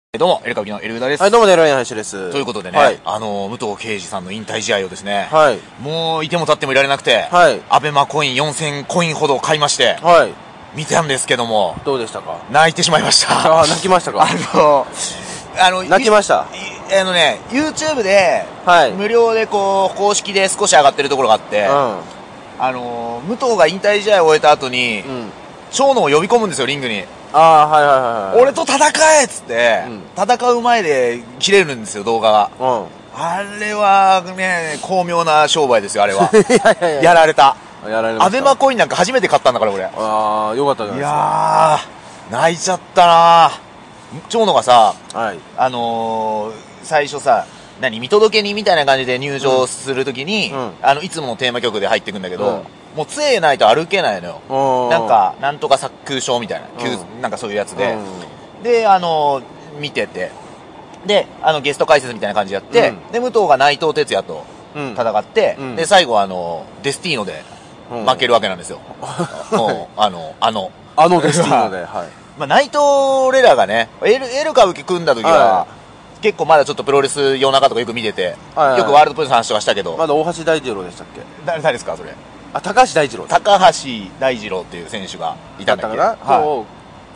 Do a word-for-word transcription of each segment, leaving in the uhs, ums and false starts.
どうも、エルカビのエルウダです。 はい、どうもね、ロイヤン林です。 ということでね、はい、あの、武藤敬司さんの引退試合をですね、はい、もういても立ってもいられなくて、はい、アベマコインよんせんコインほど買いまして、はい、見たんですけども、 どうでしたか？ 泣いてしまいました。 ああ、泣きましたか？ あの、あの、 泣きました。 あのね、YouTube で、はい、無料でこう、公式で少し上がってるところがあって、うん、あの、武藤が引退試合を終えた後に、うん、長野を呼び込むんですよ、リングに。 ああ、はいはいはい、はい。 俺と戦えっつって、うん、戦う前で切れるんですよ、動画が。うん、あれはね、巧妙な商売ですよ、あれは。いやいやいややられた。やられました。アベマコインなんか初めて買ったんだから、俺。ああ、よかったじゃないですか。いやー、泣いちゃったな長野がさ、はい、あのー、最初さ、何見届け人みたいな感じで入場するときに、うん、あの、いつものテーマ曲で入ってくんだけど、うん、もう杖ないと歩けないのよ。なんか、なんとか殺空症みたいな、うん、なんかそういうやつで。うん、で、あのー、見てて。で、あの、ゲスト解説みたいな感じでやって、うん、で、武藤が内藤哲也と戦って、うん、で、最後あの、デスティーノで負けるわけなんですよ。うん、もう、あの、あの。 あのデスティーノで、はい。 まあ、内藤レラがね、エル、エル歌舞伎組んだ時は、はい結構まだちょっとプロレス夜中とかよく見てて、はいはい、よくワールドプロレスの話とかしたけど。 まだ大橋大二郎でしたっけ？ 誰、誰ですかそれ。 あ、高橋大二郎。 高橋大二郎っていう選手がいたんだっけ？だったかな、はい、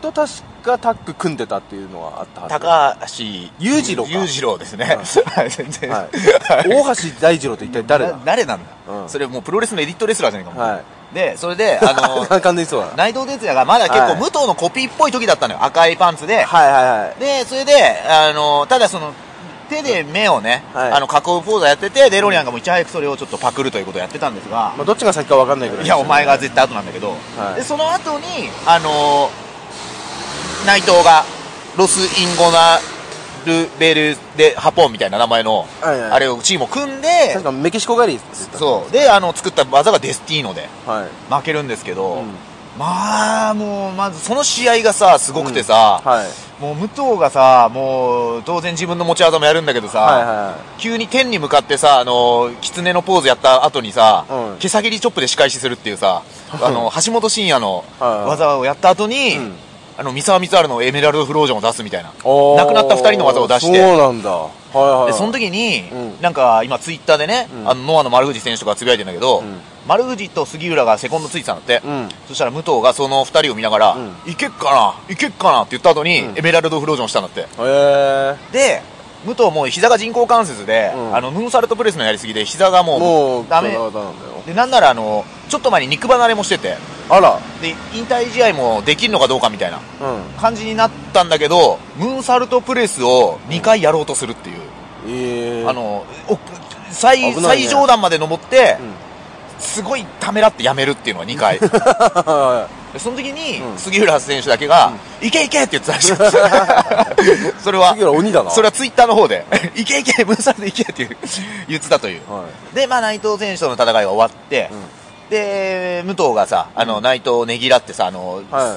と確かタッグ組んでたっていうのはあったはず。 高橋裕次郎か。 裕次郎ですね。はい、全然。はい、 大橋大二郎って一体誰だ？ 誰なんだ、うん、それもうプロレスのエディットレスラーじゃないかも。はい。で、それで、あの、 完全にそうだ。 内藤哲也がまだ結構武藤のコピーっぽい時だったのよ。赤いパンツで。 はいはいはい。 で、それで、あの、ただその、手で目をね、はい、あの、囲うポーズをやってて、デロリアンがもういち早くそれをちょっとパクるということをやってたんですが、 まあ、どっちが先か分かんないぐらい、 ね。いや、お前が絶対後なんだけど、はい、で、その後に、あのー、内藤が、ロス・インゴナルベル・デ・ハポンみたいな名前の、はいはい、あれをチームを組んで、 確かメキシコ帰りそう。で、あの、作った技がデスティーノで、負けるんですけど、はいうん、まあ、もう、まずその試合がさ、すごくてさ、うんはいもう武藤がさ、もう当然自分の持ち技もやるんだけどさ、はいはいはい、急に天に向かってさ、あの、狐のポーズやった後にさ、うん、毛先りチョップで仕返しするっていうさ、あの、橋本真也の技をやった後に、うん、あの、三沢光晴のエメラルドフロージョンを出すみたいな。亡くなった二人の技を出して。 そうなんだ。はいはいはい、 で、その時に、うん、なんか今ツイッターでね、うん、あの、ノアの丸藤選手とかつぶやいてるんだけど、うん丸藤と杉浦がセコンドついてたんだって、うん、そしたら武藤がそのふたりを見ながら、うん、いけっかないけっかなって言った後に、うん、エメラルドフロージョンしたんだって、へで武藤もう膝が人工関節で、うん、あのムーンサルトプレスのやりすぎで膝がもう、もうダメでなんならあのちょっと前に肉離れもしててあらで引退試合もできるのかどうかみたいな感じになったんだけど、ムーンサルトプレスをにかいやろうとするっていう、うん、あの最、ね、最上段まで登って、うんすごいためらってやめるっていうのはにかいその時に、うん、杉浦選手だけが、うん、いけいけって言ってたらしいそれは杉浦鬼だなそれはツイッターの方でいけいけムーンサルトいけって言ってたという、はい、で、まあ、内藤選手との戦いが終わって、うん、で武藤がさあの、うん、内藤をねぎらってさあの、はい、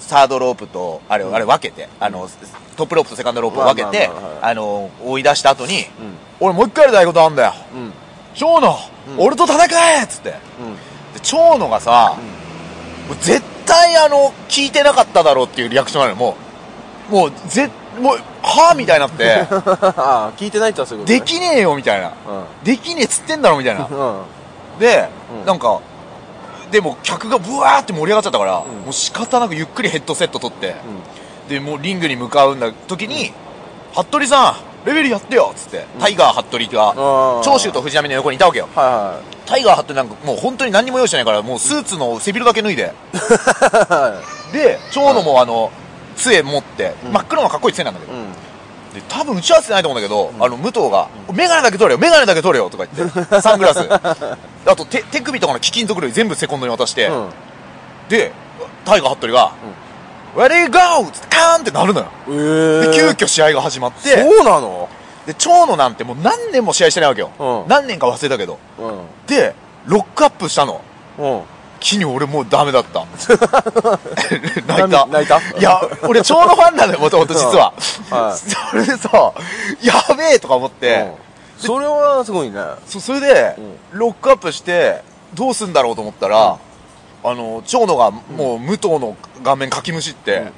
サードロープとあれ、うん、あれ分けてあのトップロープとセカンドロープを分けて、まあまあまあはい、あの追い出した後に、俺もう一回やりたいことあるんだよ、長野、うん、俺と戦えっつって、うん、で長野がさ、うん、もう絶対あの聞いてなかっただろうっていうリアクションなのよもうもうぜもうはぁみたいになってあ聞いてないってはそういうこと、 ね、できねえよみたいな、うん、できねえっつってんだろみたいな、うん、で、うん、なんかでも客がブワーって盛り上がっちゃったから、うん、もう仕方なくゆっくりヘッドセット取って、でもうリングに向かうんだ時に、服部さんレベルやってよっつって、うん、タイガー服部が長州と藤波の横にいたわけよ、はいはい、タイガー服部なんかもう本当に何にも用意してないからもうスーツの背広だけ脱いでで長野もあの杖持って、うん、真っ黒のかっこいい杖なんだけど、うん、で多分打ち合わせてないと思うんだけど、うん、あの武藤が、うん、メガネだけ取れよメガネだけ取れよとか言ってサングラスあと 手, 手首とかの貴金属類全部セコンドに渡して、うん、でタイガー服部が、うんレディーゴーってカーンってなるのよ、えー、で急遽試合が始まってそうなので長野なんてもう何年も試合してないわけよ、うん、何年か忘れたけど、うん、でロックアップしたの、うん、木に俺もうダメだった泣いた泣いたいや俺長野ファンなのよもともと実は、うんはい、それでさやべえとか思って、 うん、それはすごいねそ, それで、うん、ロックアップしてどうすんだろうと思ったら、うんあの長野がもう武藤の顔面かきむしって、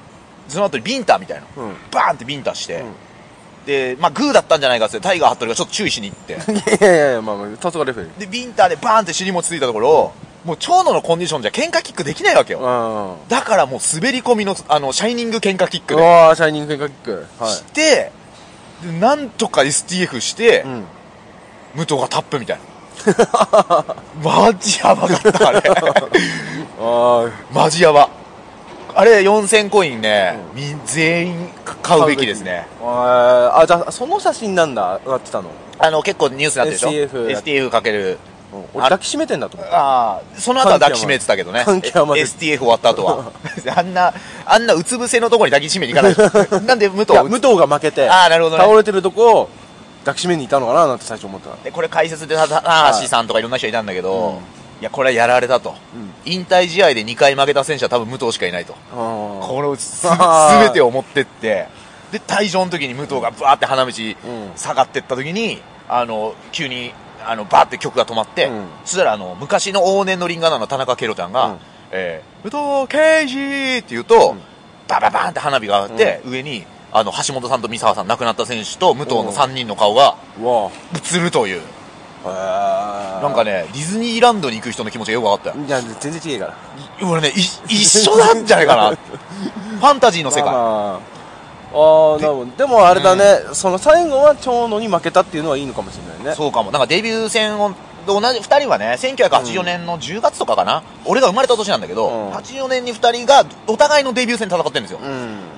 その後にビンタみたいな、 うん、 バーンってビンタして、 うん、 で、まあ、グーだったんじゃないかってタイガー・ハットリがちょっと注意しに行っていやいやいや、まあまあ、さすがレフェリーでビンタでバーンって尻餅ついたところを、もう長野のコンディションじゃ喧嘩キックできないわけよ、 うん、 だからもう滑り込みのあのシャイニング喧嘩キックでああシャイニング喧嘩キック、はい、 してでなんとか エスティーエフ して、うん、武藤がタップみたいなマジヤバかったあれあマジヤバあれよんせんコインね、うん、全員買うべきですね。 ああじゃあその写真なんだなってたのあの結構ニュースになってるでしょエスティーエフエスティーエフ かける、 うん、俺抱きしめてんだと思った。 ああその後は抱きしめてたけどね エスティーエフ 終わった後はあんなあんなうつ伏せのところに抱きしめに行かないなんで武藤武藤が負けてあなるほど、ね、 倒れてるとこを抱きしめにいたのかななんて最初思ったでこれ解説で棚橋さんとかいろんな人いたんだけど、うんいやこれはやられたと、うん、引退試合でにかい負けた選手は多分武藤しかいないとこれをす全てを持ってってで退場の時に武藤がバーって花道下がってった時にあの急にあのバーって曲が止まって、うん、そしたらあの昔の往年のリンガーナーの田中圭郎ちゃんが、うんえー、武藤敬司って言うと、うん、バババーンって花火が上がって、うん、上にあの橋本さんと三沢さん亡くなった選手と武藤のさんにんの顔が映るというなんかねディズニーランドに行く人の気持ちがよく分かったよ。 いや全然違えから俺ね一緒なんじゃないかなファンタジーの世界、まあまあ、 あで, でもあれだね、うん、その最後は長野に負けたっていうのはいいのかもしれないね。 そうかもなんかデビュー戦を同じふたりはねせんきゅうひゃくはちじゅうよねんのじゅうがつとかかな、うん、俺が生まれた年なんだけど、うん、はちじゅうよねんにふたりがお互いのデビュー戦戦ってるんですよ、うん、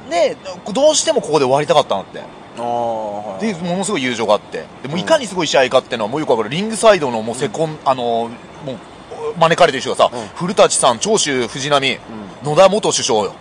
でどうしてもここで終わりたかったなってあでものすごい友情があってでもいかにすごい試合かっていうのはもうよくわかるリングサイドのもうセコン、うん、あのもう招かれてる人がさ、うん、古舘さん長州藤波、うん、野田元首相よ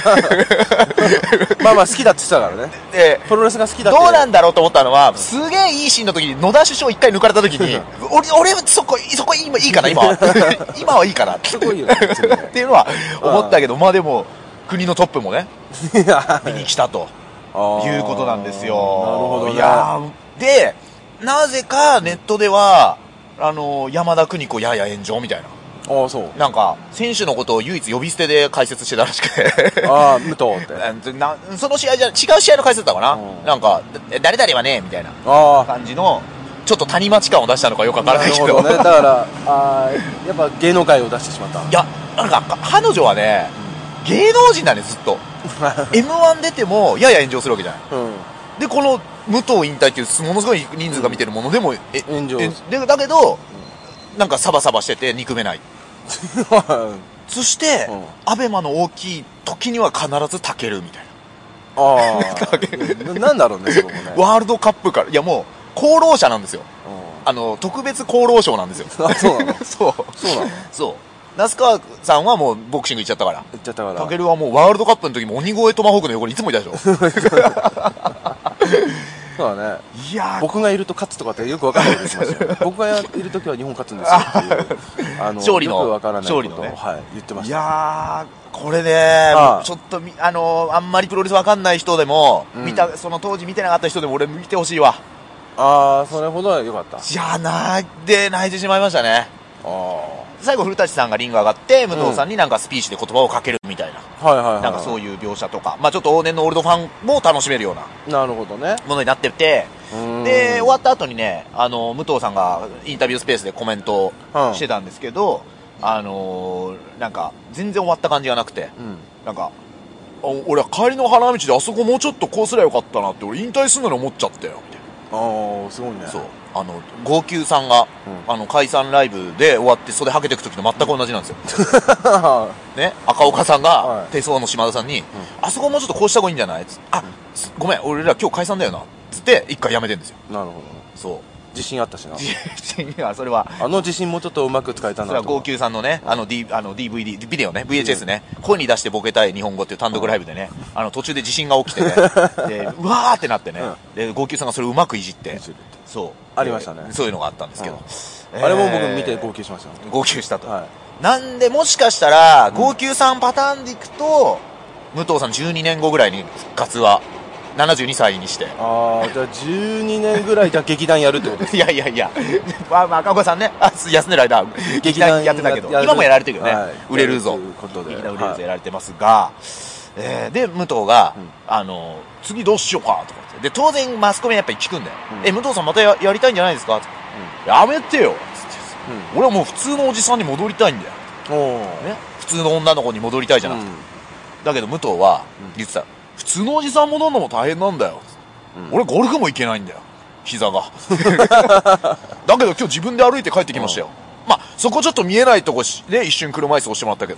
まあまあ好きだって言ってたからねでプロレスが好きだってどうなんだろうと思ったのは、うん、すげえいいシーンの時に野田首相一回抜かれた時に俺俺そこそこ今いいかな今は今はいいかなすごいよ、ね、 っていうのは思ったけどまあでも国のトップもね見に来たということなんですよ。 なるほどね。 いやでなぜかネットではあの山田邦子やや炎上みたいな。 ああそうなんか選手のことを唯一呼び捨てで解説してたらしくてああ武藤ってなその試合じゃ違う試合の解説だったかな、うん、なんか誰々はねみたいな感じのちょっと谷町感を出したのかよくわからないけど、 なるほどね、だからあやっぱ芸能界を出してしまった。 いやなんか彼女はね、うん、芸能人だねずっとエムワン 出てもやや炎上するわけじゃない、うん、でこの武藤引退っていうものすごい人数が見てるものでも、うん、え炎上えでだけど、うん、なんかサバサバしてて憎めないそして、うん、アベマの大きい時には必ずたけるみたいなああなんだろうねそこもねワールドカップからいやもう功労者なんですよ、うん、あの特別功労賞なんですよあそうなのそうそうなのそう那須川さんはもうボクシング行っちゃったから行っちゃったからタケルはもうワールドカップの時も鬼越トマホークの横にいつもいたでしょそうだねいや僕がいると勝つとかってよく分からないです僕がいる時は日本勝つんですよっていうあの勝利のよく分からないことを、 勝利のねはい、言ってました。 いやーこれねちょっとあのあんまりプロレス分かんない人でも、うん、見たその当時見てなかった人でも俺見てほしいわ。 ああそれほどはよかった。 いや泣いて泣いてしまいましたね。あ最後古舘さんがリング上がって武藤さんになんかスピーチで言葉をかけるみたいな、はいはいはい、なんかそういう描写とか、まあ、ちょっと往年のオールドファンも楽しめるようななるほどねものになっててで終わった後にねあの武藤さんがインタビュースペースでコメントをしてたんですけど、うん、あのー、なんか全然終わった感じがなくて、うん、なんか俺は帰りの花道であそこもうちょっとこうすりゃよかったなって俺引退するのに思っちゃったよみたいな。 ああすごいね。 そうあの号泣さんが、うん、あの解散ライブで終わって袖はけていく時と全く同じなんですよ、ね、赤岡さんが、はい、手相の島田さんに、うん、あそこもうちょっとこうした方がいいんじゃないつあ、うん、ごめん俺ら今日解散だよなつって一回やめてんですよ。 なるほど、ね、 そう自信あったしな自信がそれはあの自信もちょっとうまく使えたなと。 それは号泣さんのねあの、D、あの ディーブイディー ビデオね ブイエイチエス ね、うん、声に出してボケたい日本語っていう単独ライブでね、うん、あの途中で地震が起きてねでうわーってなってね、うん、で号泣さんがそれをうまくいじってそうありましたねそういうのがあったんですけど、うんえー、あれも僕見て号泣しました、ね、 号泣したと、はい、なんでもしかしたら、うん、号泣さんパターンでいくと武藤さんじゅうにねんごぐらいに復活はななじゅうにさいにしてああじゃあじゅうにねんぐらいじゃ劇団やるってことですか。 いやいやいや、まあ、まあ赤岡さんねあ休んでる間劇団やってたけど今もやられてるよね、はい、売れるぞことで劇団売れるぞやられてますが、はいえー、で、武藤が、 うん、 あの、次どうしようか、とか言って。で、当然マスコミはやっぱり聞くんだよ。うん、え、武藤さんまた や, やりたいんじゃないですか、うん、やめてよ、つって、うん。俺はもう普通のおじさんに戻りたいんだよ。ね、普通の女の子に戻りたいじゃなくて。うん、だけど武藤は言ってた。普通のおじさん戻るのも大変なんだよ。うん、俺ゴルフも行けないんだよ。膝が。だけど今日自分で歩いて帰ってきましたよ。うん、まあ、そこちょっと見えないとこし、ね、一瞬車椅子押してもらったけ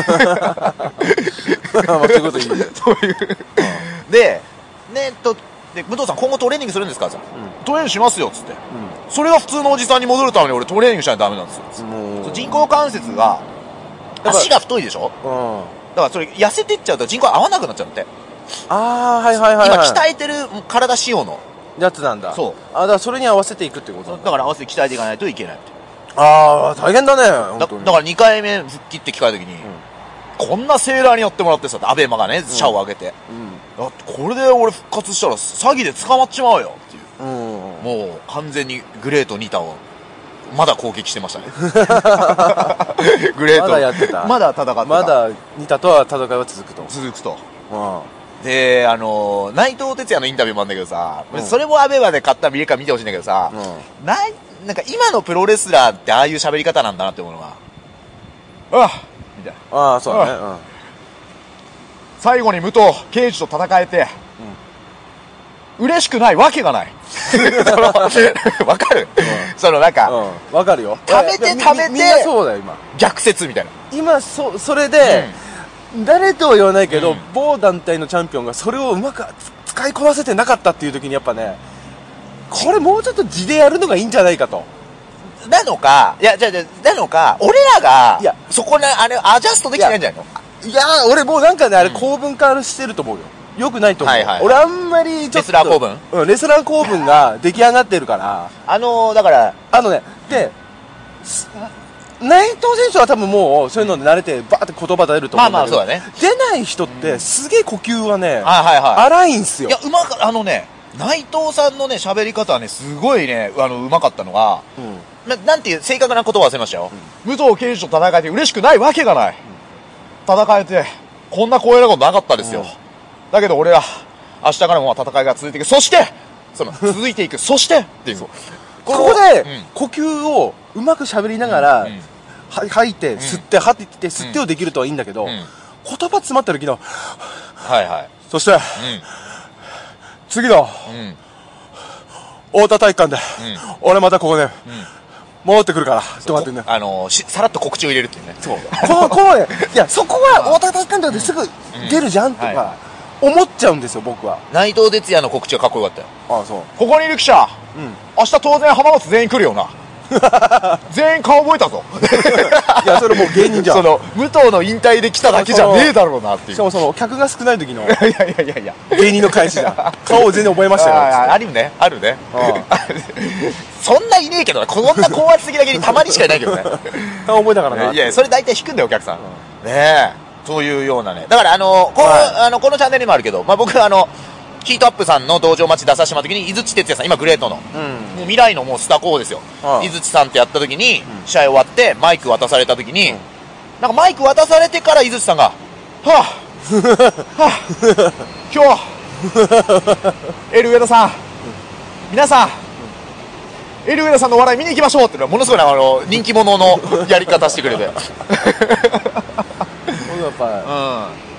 ど。まあ、そういうこといいね。そういう。で、ね、えっと、で、武藤さん今後トレーニングするんですか、うん、トレーニングしますよ、つって、うん。それが普通のおじさんに戻るために俺トレーニングしないとダメなんですよ。そう、人工関節が、足が太いでしょ、うん、だからそれ痩せてっちゃうと人工合わなくなっちゃうんだって。 ああ、はいはいはい、はい、 今鍛えてる体仕様のやつなんだ。 そう。 あ、だからそれに合わせていくってことなんだ。 だから合わせて鍛えていかないといけないって。 ああ、大変だね。 だ, だからにかいめ復帰って聞かれた時に、うん、こんなセーラーにやってもらってさ、アベマがね、社を挙げて、うんうん、これで俺復活したら詐欺で捕まっちまうよっていう、うんうんうん、もう完全にグレートニタをまだ攻撃してましたね。グレートまだやってた。 まだ戦ってた。 まだニタとは戦いは続くと。 続くと。うん。で、あのー、内藤哲也のインタビューもあるんだけどさ、うん、それもアベマで買ったら見れるか見てほしいんだけどさ、うん、ななんか今のプロレスラーってああいう喋り方なんだなって思うのが、ああみたいな。ああ、そうだね。うん、最後に武藤敬司と戦えて、うん、嬉しくないわけがない。わかる、うん、そのなんか、わ、 うん、かるよ。 食べて食べて、 みんなそうだよ、今。 逆説みたいな。 今、そ、それで、うん、誰とは言わないけど、うん、某団体のチャンピオンがそれをうまく使いこなせてなかったっていう時にやっぱね、これもうちょっと地でやるのがいいんじゃないかと。 なのか、いや、じゃじゃなのか、俺らが、いや、そこね、あれ、アジャストできてないんじゃないの？ いや、俺もうなんかね、あれ、公文化してると思うよ。よくないと思う。はいはいはい、俺あんまりちょっと。レスラー公文？うん、レスラー公文が出来上がってるから。 あのー、だから。 あのね、で、内藤選手は多分もう、そういうので慣れて、バーって言葉出ると思うんだけど。まあまあ、そうだね。出ない人って、すげえ呼吸はね、はいはいはい、荒いんすよ。 いや、うまか、あのね、内藤さんのね、喋り方はね、すごいね、あの、うまかったのが、うん、な, なんていう、正確な言葉忘れましたよ。うん、武藤敬司と戦えて嬉しくないわけがない。うん、戦えて、こんな光栄なことなかったですよ。うん、だけど俺は、明日からも戦いが続いていく。そして、その、続いていく。そしてっていう。ここで、うん、呼吸をうまく喋りながら、うん、は吐いて、吸って、吐いて、吸ってをできるとはいいんだけど、うん、言葉詰まった時の、はいはい。そして、うん、次の、うん、太田体育館で、うん、俺またここで、うん、戻ってくるから、って待ってんだよ。 あのー、し、さらっと告知を入れるっていうね。そう。 この、このね、いや、そこは太田体育館ですぐ出るじゃん、とか、はい、思っちゃうんですよ、僕は。 内藤哲也の告知がかっこよかったよ。 ああ、そう。 ここにいる記者、うん、明日当然浜松全員来るよな。全員顔覚えたぞ。 いや、それもう芸人じゃん。 その、武藤の引退で来ただけじゃねえだろうなっていう。 しかもその、客が少ない時の、いやいやいやいや、 芸人の返しじゃん。顔を全然覚えましたよ。 あ, あるね、あるね。そんないねえけどな、こんな高圧的だけにたまにしかいないけどね。 顔覚えたからな。 いや、それ大体引くんだよ、お客さん。うん、ねえ。そういうようなね。だからあの、この、はい、あの、このチャンネルにもあるけど、まあ、僕はあの、ヒートアップさんの道場待ち出させてもらった時に、井槌哲也さん、今グレートの、うん、もう未来のもうスター候補ですよ。ああ、井槌さんってやった時に、うん、試合終わってマイク渡された時に、うん、なんかマイク渡されてから井槌さんが、はぁ、はぁ、今日、エル上田さん、皆さん、エル上田さんの笑い見に行きましょうっていうのはものすごいあの人気者のやり方してくれて。やっぱ、うん、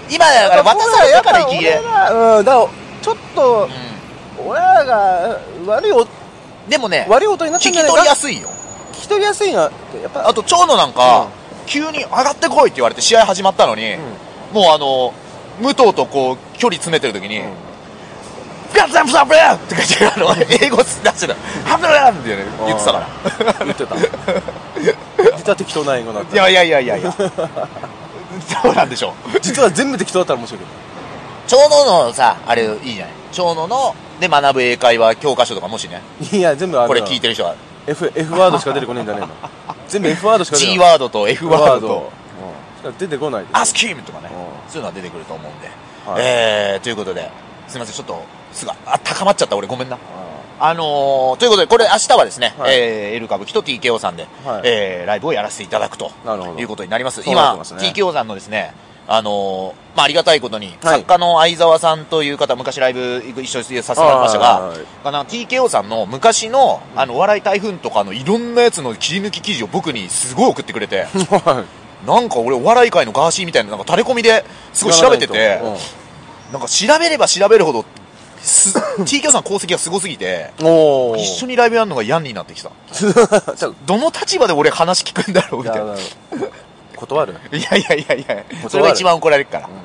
今だから渡されたから息切れ。 うん、だからちょっと、うん、俺らが悪いおでもね、 悪い音になってんじゃないか。 聞き取りやすいよ。 聞き取りやすいのはやっぱ、 あと長野なんか、うん、急に上がってこいって言われて試合始まったのに、うん、もうあの武藤とこう距離詰めてる時に、うん、ガッツアップサップレーって書いてあの英語出してた。ハブレーって言ってたから。 言ってた。実は適当な英語だった。 いやいやいやいやいや。そうなんでしょう。 実は全部適当だったら面白いけど。 長野のさ、あれいいじゃない。長野ので学ぶ英会話教科書とかもしね。 いや、全部ある。 これ聞いてる人は。 F、F ワードしか出てこないんじゃねえの。全部 F ワードしか出てこない。 G ワードと F ワードと。 うん、出てこない。 アスキームとかね。そういうのは出てくると思うんで。はい、えー、ということで、すみません、ちょっと、すが、あ、高まっちゃった俺ごめんな。あのー、ということで、これ明日はですね、はい、えー、エル歌舞伎と ティーケーオー さんで、はい、えー、ライブをやらせていただくということになります。今、ね、ティーケーオー さんのですね、 あのー、まあ、ありがたいことに、はい、作家の相沢さんという方、昔ライブ一緒にさせてもらいましたが、あの、ティーケーオー さんの昔の、あの、お笑い台風とかのいろんなやつの切り抜き記事を僕にすごい送ってくれて、なんか俺お笑い界のガーシーみたいな、なんか垂れ込みですごい調べてて、うん、なんか調べれば調べるほど、ティーケーオー さん功績がすごすぎて、一緒にライブやるのが嫌になってきた。どの立場で俺話聞くんだろうみたいな。 断るいやいやいやいや、それが一番怒られるから。うん、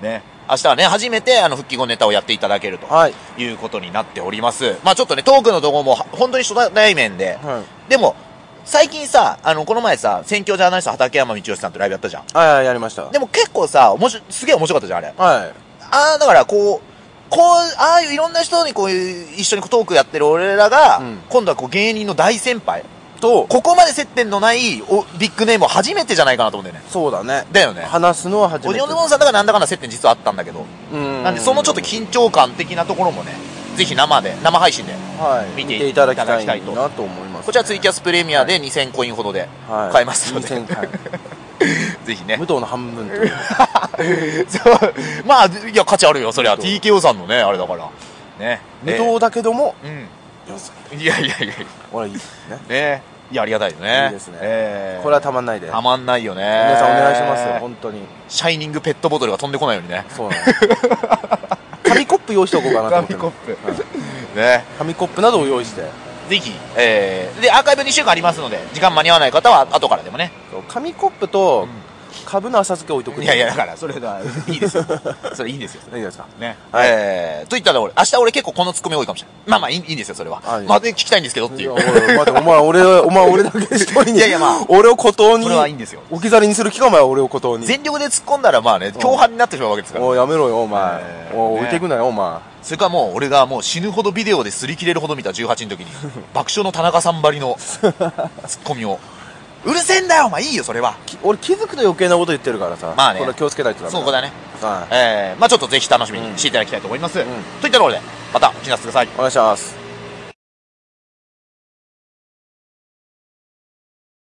ね。明日はね、初めてあの復帰後ネタをやっていただけると、はい、いうことになっております。まあちょっとね、トークのところも本当に初対面で、はい、でも、最近さ、あの、この前さ、選挙ジャーナリスト畠山道義さんとライブやったじゃん。 はいはい、やりました。 でも結構さ、おもし、すげえ面白かったじゃん、あれ。 はい。 ああ、だからこう、こう、ああいういろんな人にこういう、一緒にトークやってる俺らが、うん、今度はこう芸人の大先輩。と、ここまで接点のないおビッグネームは初めてじゃないかなと思うんだよね。 そうだね。 だよね。 話すのは初めて。 オジオンズモンさんだからなんだかんだ接点実はあったんだけど。うん。なんでそのちょっと緊張感的なところもね、ぜひ生で、生配信で見ていただきたいと。 なと思います、ね。 こちらツイキャスプレミアでにせんコインほどで買えますので。はい、にせんかい。ぜひね。 武藤の半分という。 そう。まあ、いや、価値あるよ、そりゃ。ティーケーオー さんのね、あれだから。ね。 武藤だけども、 うん。いやいやいや。 俺いいね。 ね。いや、ありがたいよね。 いいですね。えー、これはたまんないで。 たまんないよね。 皆さんお願いしますよ、本当に。 シャイニングペットボトルが飛んでこないようにね。 そうなの。紙コップ用意しておこうかなと思って。 紙コップ。ね。 紙コップなどを用意して。 ぜひ、えー、で、アーカイブにしゅうかんありますので、時間間に合わない方は後からでもね。 紙コップと、株の浅漬け置いとく。 いやいや、だから、それはいいですよ。それいいですよ。 いいですか。 ね。えー、といったら俺、明日俺結構このツッコミ多いかもしれない。まあまあいいんですよ、それは。まあ、聞きたいんですけどっていう。 お前、俺、お前、俺だけ一人に。いやいや、まあ。俺を孤島に。 それはいいんですよ。 置き去りにする気か、お前、俺を孤島に。 全力で突っ込んだら、まあね、共犯になってしまうわけですから。 おい、やめろよ、お前。おい、置いていくなよ、お前。 それからもう、俺がもう死ぬほどビデオで擦り切れるほど見たじゅうはちの時に、爆笑の田中さんばりのツッコミを。うるせえんだよお前いいよそれは俺気づくと余計なこと言ってるからさまあねこれ気をつけないとダメだそうこだねはいえーまあちょっとぜひ楽しみにしていただきたいと思います、うん、といったところでまたお聞きなさってくださいお願いします。